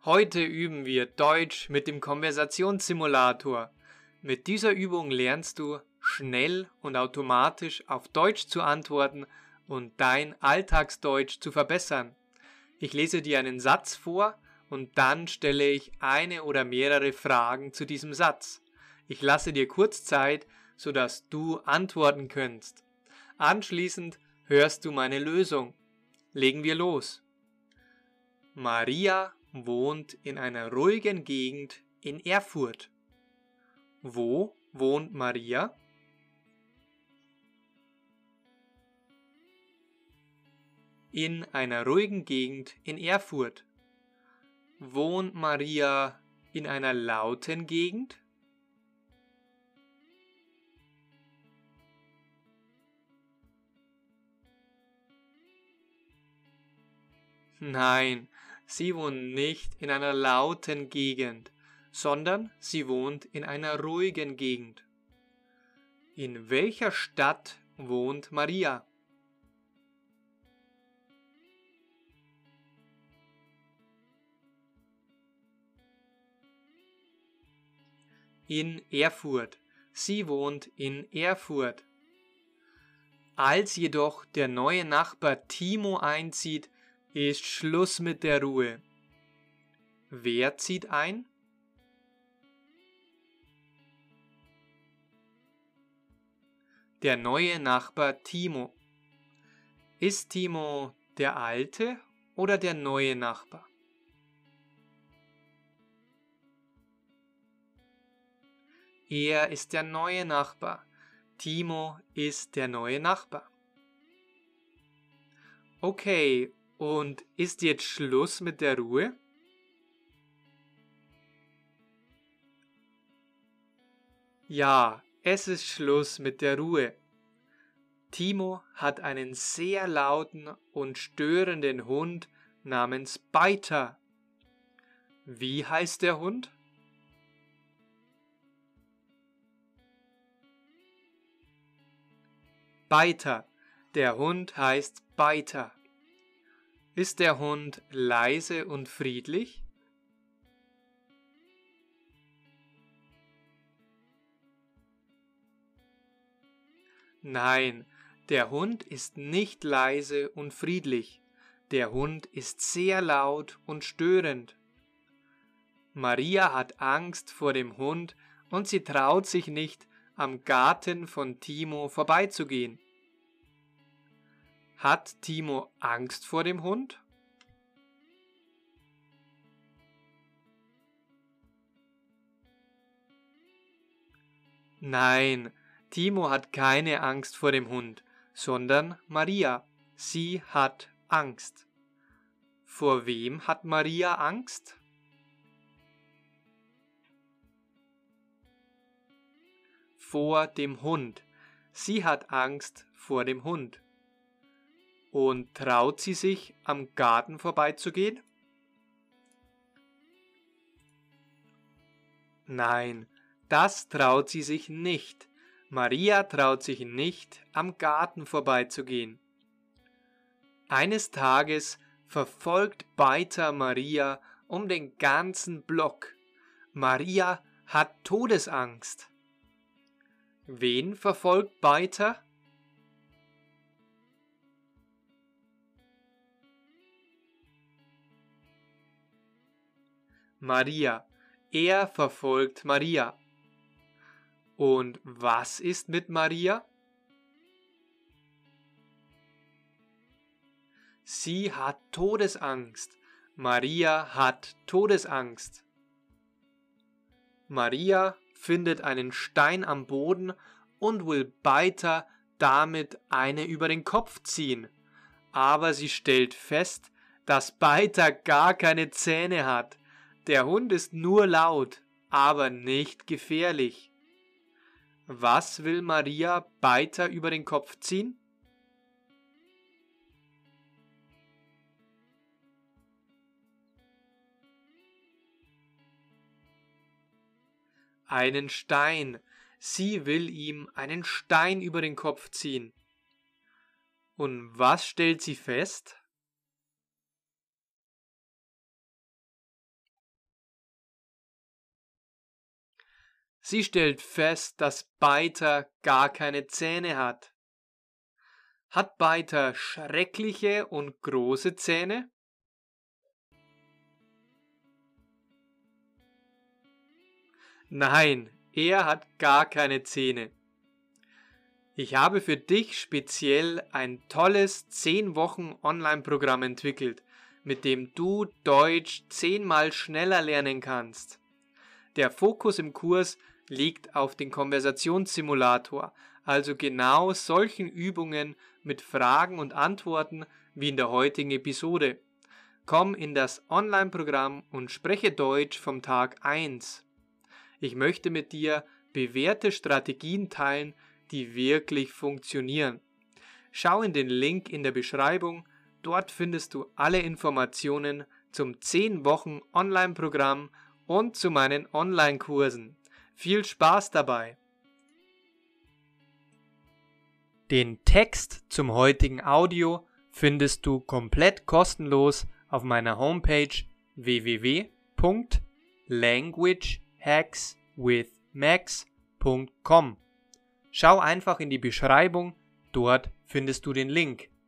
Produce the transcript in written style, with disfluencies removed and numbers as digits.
Heute üben wir Deutsch mit dem Konversationssimulator. Mit dieser Übung lernst du schnell und automatisch auf Deutsch zu antworten und dein Alltagsdeutsch zu verbessern. Ich lese dir einen Satz vor und dann stelle ich eine oder mehrere Fragen zu diesem Satz. Ich lasse dir kurz Zeit, sodass du antworten kannst. Anschließend hörst du meine Lösung. Legen wir los. Maria wohnt in einer ruhigen Gegend in Erfurt. Wo wohnt Maria? In einer ruhigen Gegend in Erfurt. Wohnt Maria in einer lauten Gegend? Nein, sie wohnt nicht in einer lauten Gegend, sondern sie wohnt in einer ruhigen Gegend. In welcher Stadt wohnt Maria? In Erfurt. Sie wohnt in Erfurt. Als jedoch der neue Nachbar Timo einzieht, ist Schluss mit der Ruhe. Wer zieht ein? Der neue Nachbar Timo. Ist Timo der alte oder der neue Nachbar? Er ist der neue Nachbar. Timo ist der neue Nachbar. Okay, und ist jetzt Schluss mit der Ruhe? Ja, es ist Schluss mit der Ruhe. Timo hat einen sehr lauten und störenden Hund namens Beiter. Wie heißt der Hund? Beiter. Der Hund heißt Beiter. Ist der Hund leise und friedlich? Nein, der Hund ist nicht leise und friedlich. Der Hund ist sehr laut und störend. Maria hat Angst vor dem Hund und sie traut sich nicht, am Garten von Timo vorbeizugehen. Hat Timo Angst vor dem Hund? Nein, Timo hat keine Angst vor dem Hund, sondern Maria. Sie hat Angst. Vor wem hat Maria Angst? Vor dem Hund. Sie hat Angst vor dem Hund. Und traut sie sich, am Garten vorbeizugehen? Nein, das traut sie sich nicht. Maria traut sich nicht, am Garten vorbeizugehen. Eines Tages verfolgt Beiter Maria um den ganzen Block. Maria hat Todesangst. Wen verfolgt Beiter? Maria. Er verfolgt Maria. Und was ist mit Maria? Sie hat Todesangst. Maria hat Todesangst. Maria findet einen Stein am Boden und will Beiter damit eine über den Kopf ziehen. Aber sie stellt fest, dass Beiter gar keine Zähne hat. Der Hund ist nur laut, aber nicht gefährlich. Was will Maria Beiter über den Kopf ziehen? Einen Stein. Sie will ihm einen Stein über den Kopf ziehen. Und was stellt sie fest? Sie stellt fest, dass Beiter gar keine Zähne hat. Hat Beiter schreckliche und große Zähne? Nein, er hat gar keine Zähne. Ich habe für dich speziell ein tolles 10 Wochen Online-Programm entwickelt, mit dem du Deutsch 10-mal schneller lernen kannst. Der Fokus im Kurs liegt auf den Konversationssimulator, also genau solchen Übungen mit Fragen und Antworten wie in der heutigen Episode. Komm in das Online-Programm und spreche Deutsch vom Tag 1. Ich möchte mit dir bewährte Strategien teilen, die wirklich funktionieren. Schau in den Link in der Beschreibung, dort findest du alle Informationen zum 10 Wochen Online-Programm und zu meinen Online-Kursen. Viel Spaß dabei! Den Text zum heutigen Audio findest du komplett kostenlos auf meiner Homepage www.languagehackswithmax.com. Schau einfach in die Beschreibung, dort findest du den Link.